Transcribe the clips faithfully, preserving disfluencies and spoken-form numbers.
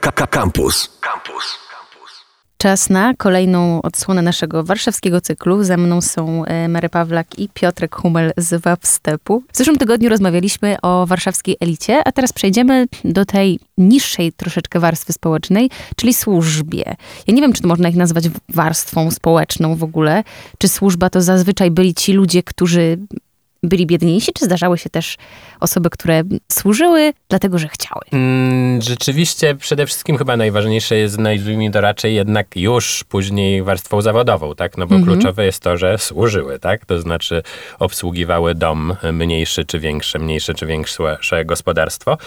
Campus. Campus. Czas na kolejną odsłonę naszego warszawskiego cyklu. Ze mną są Mary Pawlak i Piotrek Humel z Wawstepu. W zeszłym tygodniu rozmawialiśmy o warszawskiej elicie, a teraz przejdziemy do tej niższej troszeczkę warstwy społecznej, czyli służbie. Ja nie wiem, czy to można ich nazwać warstwą społeczną w ogóle. Czy służba to zazwyczaj byli ci ludzie, którzy byli biedniejsi, czy zdarzały się też osoby, które służyły dlatego, że chciały? Mm, rzeczywiście przede wszystkim chyba najważniejsze jest, nazwijmy to raczej jednak już później warstwą zawodową, tak? No bo mhm. kluczowe jest to, że służyły, tak? To znaczy obsługiwały dom mniejszy czy większe, mniejsze czy większe gospodarstwo.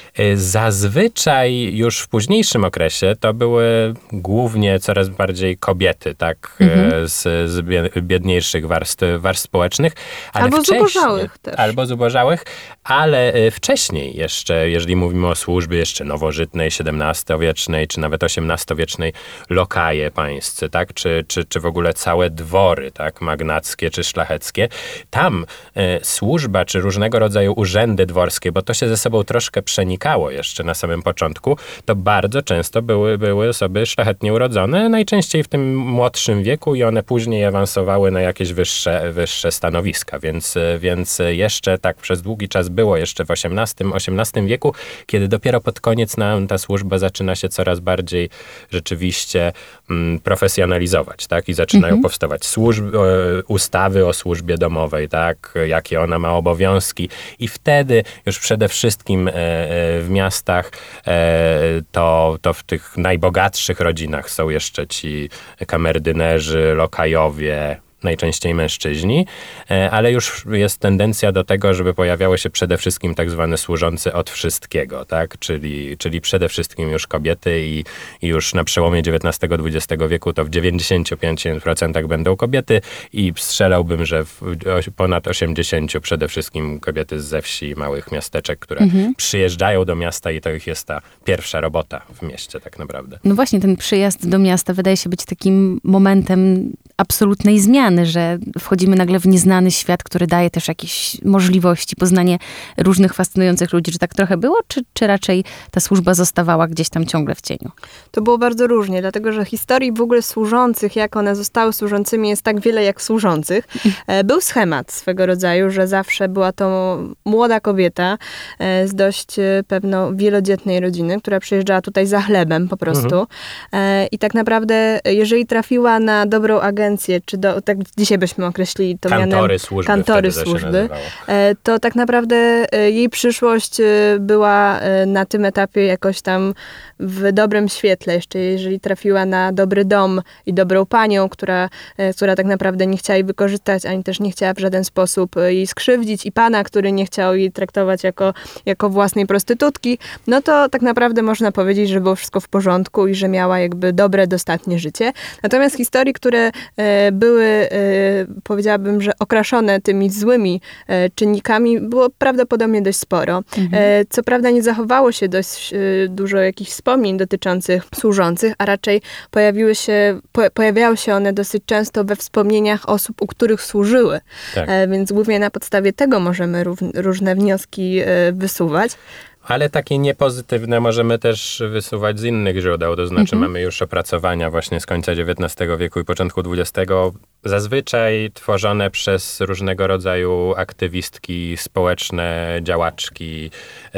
Zazwyczaj już w późniejszym okresie to były głównie coraz bardziej kobiety, tak? Mhm. Z, z biedniejszych warstw, warstw społecznych. Ale Albo wcześniej, z ubożałych też. Albo z ubożałych, ale wcześniej jeszcze, jeżeli mówimy o służbie jeszcze nowożytnej, siedemnastowiecznej, czy nawet osiemnastowiecznej, lokaje pańscy, tak? Czy, czy, czy w ogóle całe dwory, tak? Magnackie czy szlacheckie. Tam e, służba, czy różnego rodzaju urzędy dworskie, bo to się ze sobą troszkę przenikało jeszcze na samym początku, to bardzo często były, były osoby szlachetnie urodzone, najczęściej w tym młodszym wieku i one później awansowały na jakieś wyższe, wyższe stanowiska, więc, więc jeszcze tak przez długi czas było jeszcze w osiemnastym, osiemnastym wieku, kiedy dopiero pod koniec nam ta służba zaczyna się coraz bardziej rzeczywiście mm, profesjonalizować, tak? I zaczynają mhm. powstawać służby, ustawy o służbie domowej, tak? Jakie ona ma obowiązki i wtedy już przede wszystkim e, w miastach e, to, to w tych najbogatszych rodzinach są jeszcze ci kamerdynerzy, lokajowie, najczęściej mężczyźni, ale już jest tendencja do tego, żeby pojawiały się przede wszystkim tak zwane służący od wszystkiego, tak? Czyli, czyli przede wszystkim już kobiety i, i już na przełomie dziewiętnastego dwudziestego wieku to w dziewięćdziesiąt pięć procent będą kobiety i strzelałbym, że w ponad osiemdziesiąt procent przede wszystkim kobiety ze wsi, małych miasteczek, które mhm. przyjeżdżają do miasta i to ich jest ta pierwsza robota w mieście tak naprawdę. No właśnie, ten przyjazd do miasta wydaje się być takim momentem absolutnej zmiany, że wchodzimy nagle w nieznany świat, który daje też jakieś możliwości, poznanie różnych fascynujących ludzi. Czy tak trochę było, czy, czy raczej ta służba zostawała gdzieś tam ciągle w cieniu? To było bardzo różnie, dlatego że historii w ogóle służących, jak one zostały służącymi, jest tak wiele jak służących. Był schemat swego rodzaju, że zawsze była to młoda kobieta z dość pewno wielodzietnej rodziny, która przyjeżdżała tutaj za chlebem po prostu. Mhm. I tak naprawdę, jeżeli trafiła na dobrą agencję, czy do, tak dzisiaj byśmy określili to kantory mianem służby, kantory służby, to tak naprawdę jej przyszłość była na tym etapie jakoś tam w dobrym świetle, jeszcze jeżeli trafiła na dobry dom i dobrą panią, która, która tak naprawdę nie chciała jej wykorzystać, ani też nie chciała w żaden sposób jej skrzywdzić i pana, który nie chciał jej traktować jako, jako własnej prostytutki, no to tak naprawdę można powiedzieć, że było wszystko w porządku i że miała jakby dobre, dostatnie życie. Natomiast historii, które e, były, e, powiedziałabym, że okraszone tymi złymi e, czynnikami, było prawdopodobnie dość sporo. Mhm. E, co prawda nie zachowało się dość e, dużo jakichś wspomnień dotyczących służących, a raczej pojawiły się, po, pojawiały się one dosyć często we wspomnieniach osób, u których służyły. Tak. E, więc głównie na podstawie tego możemy rów, różne wnioski e, wysuwać. Ale takie niepozytywne możemy też wysuwać z innych źródeł, to znaczy mhm. mamy już opracowania właśnie z końca dziewiętnastego wieku i początku dwudziestego, zazwyczaj tworzone przez różnego rodzaju aktywistki społeczne, działaczki,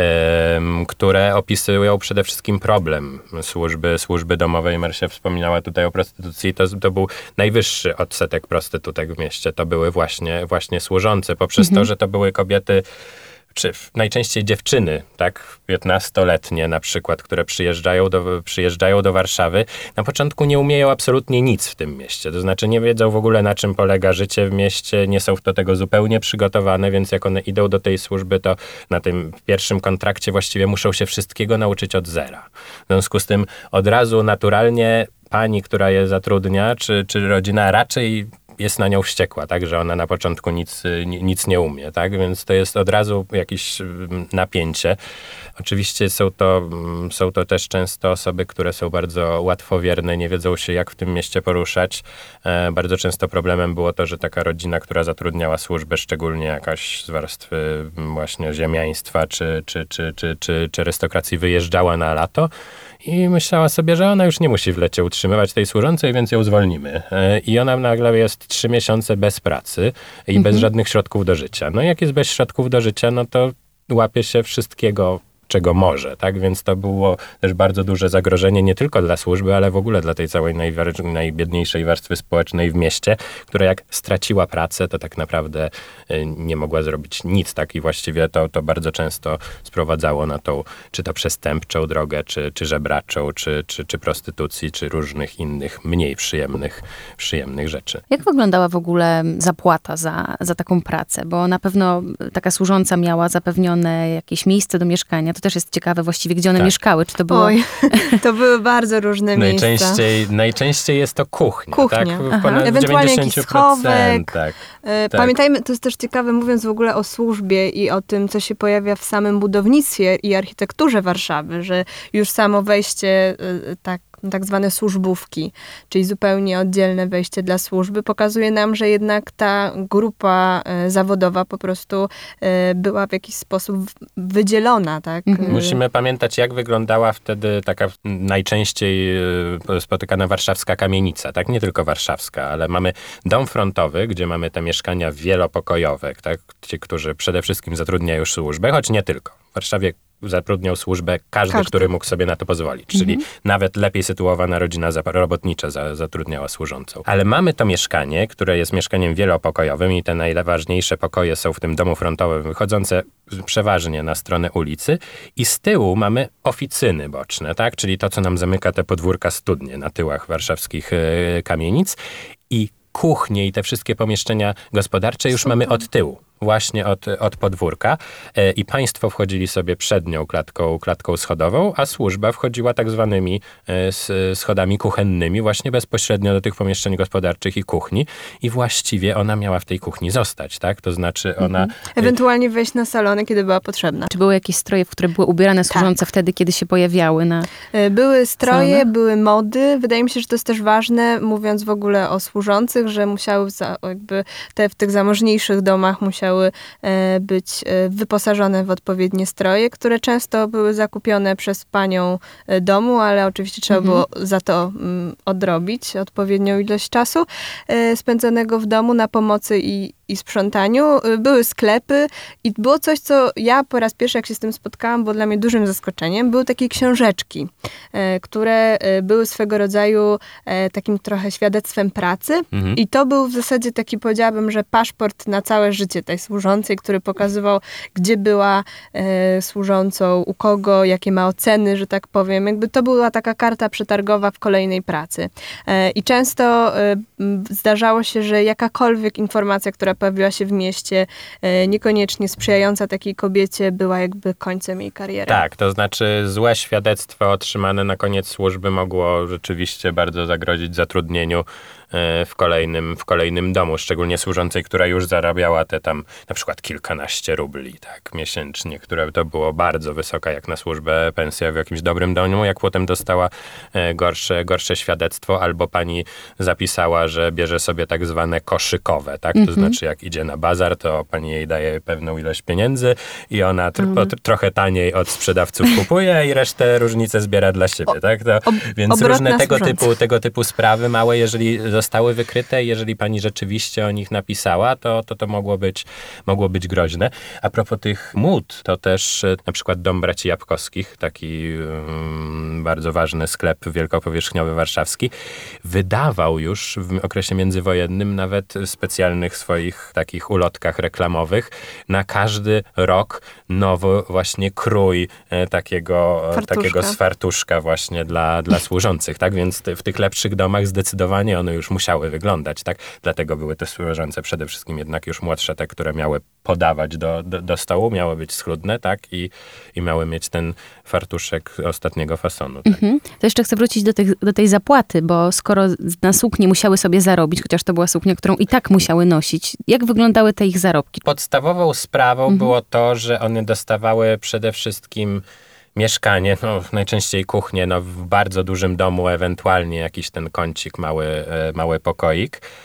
um, które opisują przede wszystkim problem służby, służby domowej. Marcia wspominała tutaj o prostytucji, to, to był najwyższy odsetek prostytutek w mieście, to były właśnie, właśnie służące, poprzez mhm. to, że to były kobiety, czy najczęściej dziewczyny, tak, piętnastoletnie na przykład, które przyjeżdżają do, przyjeżdżają do Warszawy, na początku nie umieją absolutnie nic w tym mieście. To znaczy nie wiedzą w ogóle, na czym polega życie w mieście, nie są do tego zupełnie przygotowane, więc jak one idą do tej służby, to na tym pierwszym kontrakcie właściwie muszą się wszystkiego nauczyć od zera. W związku z tym od razu naturalnie pani, która je zatrudnia, czy, czy rodzina raczej jest na nią wściekła, tak, że ona na początku nic, nic nie umie, tak, więc to jest od razu jakieś napięcie. Oczywiście są to, są to też często osoby, które są bardzo łatwowierne, nie wiedzą się, jak w tym mieście poruszać. E, bardzo często problemem było to, że taka rodzina, która zatrudniała służbę, szczególnie jakaś z warstwy właśnie ziemiaństwa czy, czy, czy, czy, czy, czy arystokracji, wyjeżdżała na lato I myślała sobie, że ona już nie musi w lecie utrzymywać tej służącej, więc ją zwolnimy. I ona nagle jest trzy miesiące bez pracy i mhm. bez żadnych środków do życia. No jak jest bez środków do życia, no to łapie się wszystkiego, czego może, tak? Więc to było też bardzo duże zagrożenie nie tylko dla służby, ale w ogóle dla tej całej najwar- najbiedniejszej warstwy społecznej w mieście, która jak straciła pracę, to tak naprawdę y, nie mogła zrobić nic, tak? I właściwie to, to bardzo często sprowadzało na tą, czy to przestępczą drogę, czy, czy żebraczą, czy, czy, czy prostytucji, czy różnych innych, mniej przyjemnych, przyjemnych rzeczy. Jak wyglądała w ogóle zapłata za, za taką pracę? Bo na pewno taka służąca miała zapewnione jakieś miejsce do mieszkania. To też jest ciekawe właściwie, gdzie one tak. mieszkały. Czy to było... Oj, to były bardzo różne najczęściej, miejsca. Najczęściej jest to kuchnia. Kuchnia. Tak? W ponad ewentualnie jakiś schowek. Tak, Pamiętajmy, tak. to jest też ciekawe, mówiąc w ogóle o służbie i o tym, co się pojawia w samym budownictwie i architekturze Warszawy, że już samo wejście tak tak zwane służbówki, czyli zupełnie oddzielne wejście dla służby, pokazuje nam, że jednak ta grupa e, zawodowa po prostu e, była w jakiś sposób wydzielona. Tak? Mhm. Musimy pamiętać, jak wyglądała wtedy taka najczęściej e, spotykana warszawska kamienica. Tak? Nie tylko warszawska, ale mamy dom frontowy, gdzie mamy te mieszkania wielopokojowe, tak? Ci, którzy przede wszystkim zatrudniają służbę, choć nie tylko. W Warszawie zatrudniał służbę każdy, każdy, który mógł sobie na to pozwolić. Czyli mhm. nawet lepiej sytuowana rodzina robotnicza za, zatrudniała służącą. Ale mamy to mieszkanie, które jest mieszkaniem wielopokojowym i te najważniejsze pokoje są w tym domu frontowym, wychodzące przeważnie na stronę ulicy i z tyłu mamy oficyny boczne, tak? Czyli to, co nam zamyka te podwórka studnie na tyłach warszawskich yy, kamienic i kuchnie i te wszystkie pomieszczenia gospodarcze już Super. mamy od tyłu. Właśnie od, od podwórka e, i państwo wchodzili sobie przednią klatką, klatką schodową, a służba wchodziła tak zwanymi e, s, schodami kuchennymi właśnie bezpośrednio do tych pomieszczeń gospodarczych i kuchni i właściwie ona miała w tej kuchni zostać, tak? To znaczy ona... Mhm. Ewentualnie wejść na salony, kiedy była potrzebna. Czy były jakieś stroje, w które były ubierane służące tak. wtedy, kiedy się pojawiały na Były stroje, salonach? Były mody. Wydaje mi się, że to jest też ważne, mówiąc w ogóle o służących, że musiały za, jakby te w tych zamożniejszych domach musiały być wyposażone w odpowiednie stroje, które często były zakupione przez panią domu, ale oczywiście trzeba mhm. było za to odrobić odpowiednią ilość czasu spędzonego w domu na pomocy i, i sprzątaniu. Były sklepy i było coś, co ja po raz pierwszy, jak się z tym spotkałam, było dla mnie dużym zaskoczeniem. Były takie książeczki, które były swego rodzaju takim trochę świadectwem pracy mhm. i to był w zasadzie taki, powiedziałabym, że paszport na całe życie tej służącej, który pokazywał, gdzie była e, służącą, u kogo, jakie ma oceny, że tak powiem. Jakby to była taka karta przetargowa w kolejnej pracy. E, I często e, zdarzało się, że jakakolwiek informacja, która pojawiła się w mieście, e, niekoniecznie sprzyjająca takiej kobiecie, była jakby końcem jej kariery. Tak, to znaczy złe świadectwo otrzymane na koniec służby mogło rzeczywiście bardzo zagrozić zatrudnieniu w kolejnym, w kolejnym domu, szczególnie służącej, która już zarabiała te tam na przykład kilkanaście rubli, tak, miesięcznie, które to było bardzo wysoka jak na służbę pensja w jakimś dobrym domu, jak potem dostała gorsze, gorsze świadectwo, albo pani zapisała, że bierze sobie tak zwane koszykowe, tak, mm-hmm. to znaczy jak idzie na bazar, to pani jej daje pewną ilość pieniędzy i ona tr- mm. tr- trochę taniej od sprzedawców kupuje i resztę różnicę zbiera dla siebie, o, tak, to, ob, więc różne tego typu, tego typu sprawy małe, jeżeli zostały wykryte i jeżeli pani rzeczywiście o nich napisała, to to, to mogło być, mogło być groźne. A propos tych mód, to też na przykład Dom Braci Jabłkowskich, taki um, bardzo ważny sklep wielkopowierzchniowy warszawski, wydawał już w okresie międzywojennym nawet specjalnych swoich takich ulotkach reklamowych na każdy rok nowy właśnie krój e, takiego, takiego sfartuszka właśnie dla, dla służących, tak? Więc te, w tych lepszych domach zdecydowanie one już musiały wyglądać, tak? Dlatego były te służące przede wszystkim jednak już młodsze, te, które miały podawać do, do, do stołu, miały być schludne, tak? I, i miały mieć ten fartuszek ostatniego fasonu. Tak? Mhm. To jeszcze chcę wrócić do, tych, do tej zapłaty, bo skoro na suknię musiały sobie zarobić, chociaż to była suknia, którą i tak musiały nosić, jak wyglądały te ich zarobki? Podstawową sprawą mhm. było to, że one dostawały przede wszystkim mieszkanie, no najczęściej kuchnię, no w bardzo dużym domu, ewentualnie jakiś ten kącik, mały, mały pokoik.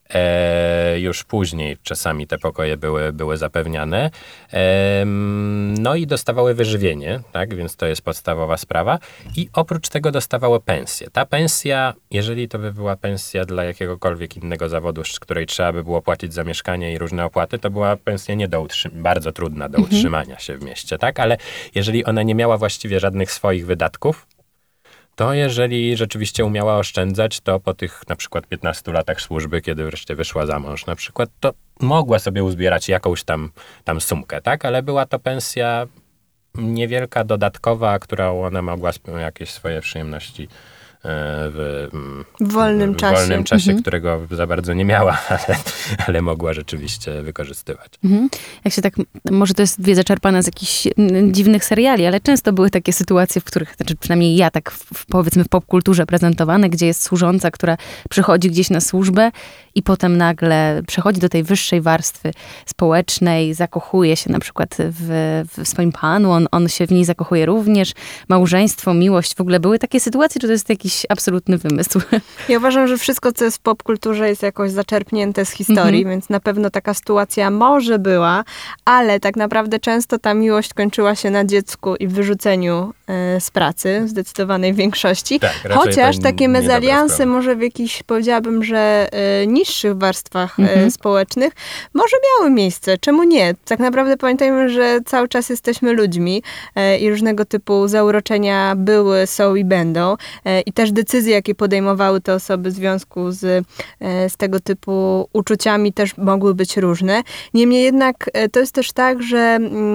E, już później czasami te pokoje były, były zapewniane. E, no i dostawały wyżywienie, tak? Więc to jest podstawowa sprawa. I oprócz tego dostawały pensję. Ta pensja, jeżeli to by była pensja dla jakiegokolwiek innego zawodu, z której trzeba by było płacić za mieszkanie i różne opłaty, to była pensja nie do utrzym- bardzo trudna do mhm. utrzymania się w mieście, tak? Ale jeżeli ona nie miała właściwie żadnych swoich wydatków, to jeżeli rzeczywiście umiała oszczędzać, to po tych na przykład piętnastu latach służby, kiedy wreszcie wyszła za mąż na przykład, to mogła sobie uzbierać jakąś tam, tam sumkę, tak? Ale była to pensja niewielka, dodatkowa, którą ona mogła spełniać jakieś swoje przyjemności w, w wolnym w, czasie, w wolnym czasie mhm. którego za bardzo nie miała, ale, ale mogła rzeczywiście wykorzystywać. Mhm. Jak się tak, może to jest wiedza czerpana z jakichś m, dziwnych seriali, ale często były takie sytuacje, w których, znaczy przynajmniej ja tak w, w, powiedzmy w popkulturze prezentowane, gdzie jest służąca, która przychodzi gdzieś na służbę i potem nagle przechodzi do tej wyższej warstwy społecznej, zakochuje się na przykład w, w swoim panu, on, on się w niej zakochuje również, małżeństwo, miłość, w ogóle były takie sytuacje, czy to jest jakiś absolutny wymysł? Ja uważam, że wszystko, co jest w popkulturze, jest jakoś zaczerpnięte z historii, mhm. więc na pewno taka sytuacja może była, ale tak naprawdę często ta miłość kończyła się na dziecku i wyrzuceniu e, z pracy, w zdecydowanej większości. Tak, chociaż takie mezalianse może w jakichś, powiedziałabym, że e, niższych warstwach mhm. e, społecznych może miały miejsce. Czemu nie? Tak naprawdę pamiętajmy, że cały czas jesteśmy ludźmi e, i różnego typu zauroczenia były, są i będą. E, I też decyzje, jakie podejmowały te osoby w związku z, z tego typu uczuciami też mogły być różne. Niemniej jednak to jest też tak, że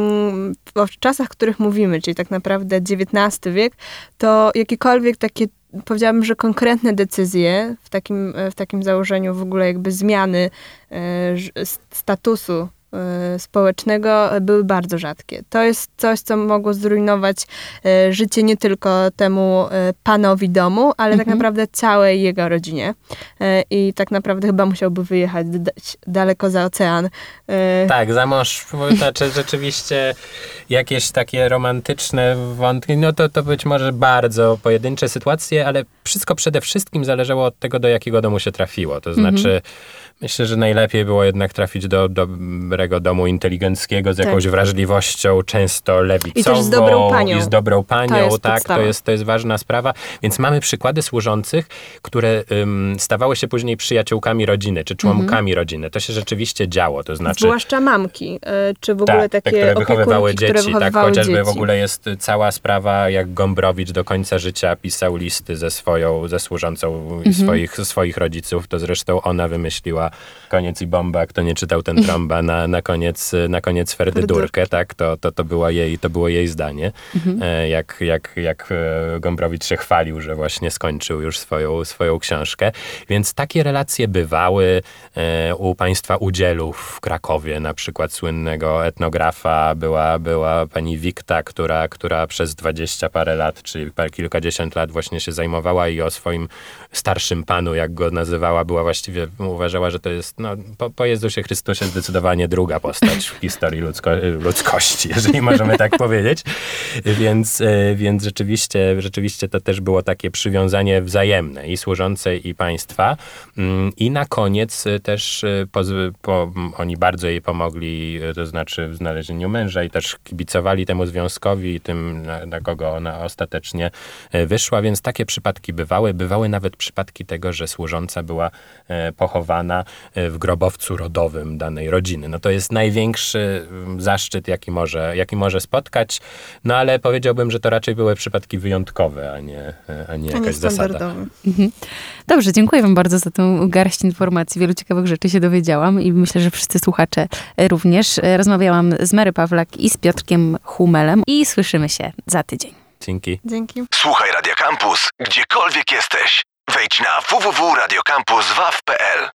w czasach, o których mówimy, czyli tak naprawdę dziewiętnasty wiek, to jakiekolwiek takie, powiedziałabym, że konkretne decyzje w takim, w takim założeniu w ogóle jakby zmiany statusu społecznego były bardzo rzadkie. To jest coś, co mogło zrujnować e, życie nie tylko temu e, panowi domu, ale mhm. tak naprawdę całej jego rodzinie. E, I tak naprawdę chyba musiałby wyjechać d- daleko za ocean. E... Tak, za mąż, znaczy rzeczywiście jakieś takie romantyczne wątki, no to, to być może bardzo pojedyncze sytuacje, ale wszystko przede wszystkim zależało od tego, do jakiego domu się trafiło. To znaczy mhm. myślę, że najlepiej było jednak trafić do dobrego domu inteligenckiego z jakąś tak. wrażliwością, często lewicową. I też z dobrą panią. I z dobrą panią, to jest tak, podstawa. to jest, to jest ważna sprawa. Więc mamy przykłady służących, które um, stawały się później przyjaciółkami rodziny, czy członkami mm-hmm. rodziny. To się rzeczywiście działo, to znaczy... Zwłaszcza mamki, czy w ogóle tak, takie te, które wychowywały dzieci, które wychowywały tak, chociażby dzieci. w ogóle jest cała sprawa, jak Gombrowicz do końca życia pisał listy ze swoją, ze służącą mm-hmm. swoich, swoich rodziców. To zresztą ona wymyśliła Koniec i bomba, kto nie czytał ten trąba, na, na koniec, na koniec Ferdydurkę, tak? To, to, to, była jej, to było jej zdanie. Mhm. E, jak, jak, jak Gombrowicz się chwalił, że właśnie skończył już swoją, swoją książkę. Więc takie relacje bywały e, u państwa Udzielów w Krakowie, na przykład słynnego etnografa była, była pani Wikta, która, która przez dwadzieścia parę lat, czyli kilkadziesiąt lat właśnie się zajmowała i o swoim starszym panu, jak go nazywała, była właściwie, uważała, że to jest no, po, po Jezusie Chrystusie zdecydowanie druga postać w historii ludzko, ludzkości, jeżeli możemy tak powiedzieć. Więc, więc rzeczywiście, rzeczywiście to też było takie przywiązanie wzajemne i służącej, i państwa. I na koniec też po, po, oni bardzo jej pomogli, to znaczy w znalezieniu męża i też kibicowali temu związkowi i tym, na, na kogo ona ostatecznie wyszła, więc takie przypadki bywały. Bywały nawet przypadki tego, że służąca była pochowana w grobowcu rodowym danej rodziny. No to jest największy zaszczyt, jaki może, jaki może spotkać, no ale powiedziałbym, że to raczej były przypadki wyjątkowe, a nie, a nie jakaś zasada. Mhm. Dobrze, dziękuję wam bardzo za tą garść informacji. Wielu ciekawych rzeczy się dowiedziałam i myślę, że wszyscy słuchacze również. Rozmawiałam z Mary Pawlak i z Piotrkiem Humelem i słyszymy się za tydzień. Dzięki. Dzięki. Słuchaj Radio Campus, gdziekolwiek jesteś. Wejdź na w w w kropka radio campus waw kropka p l.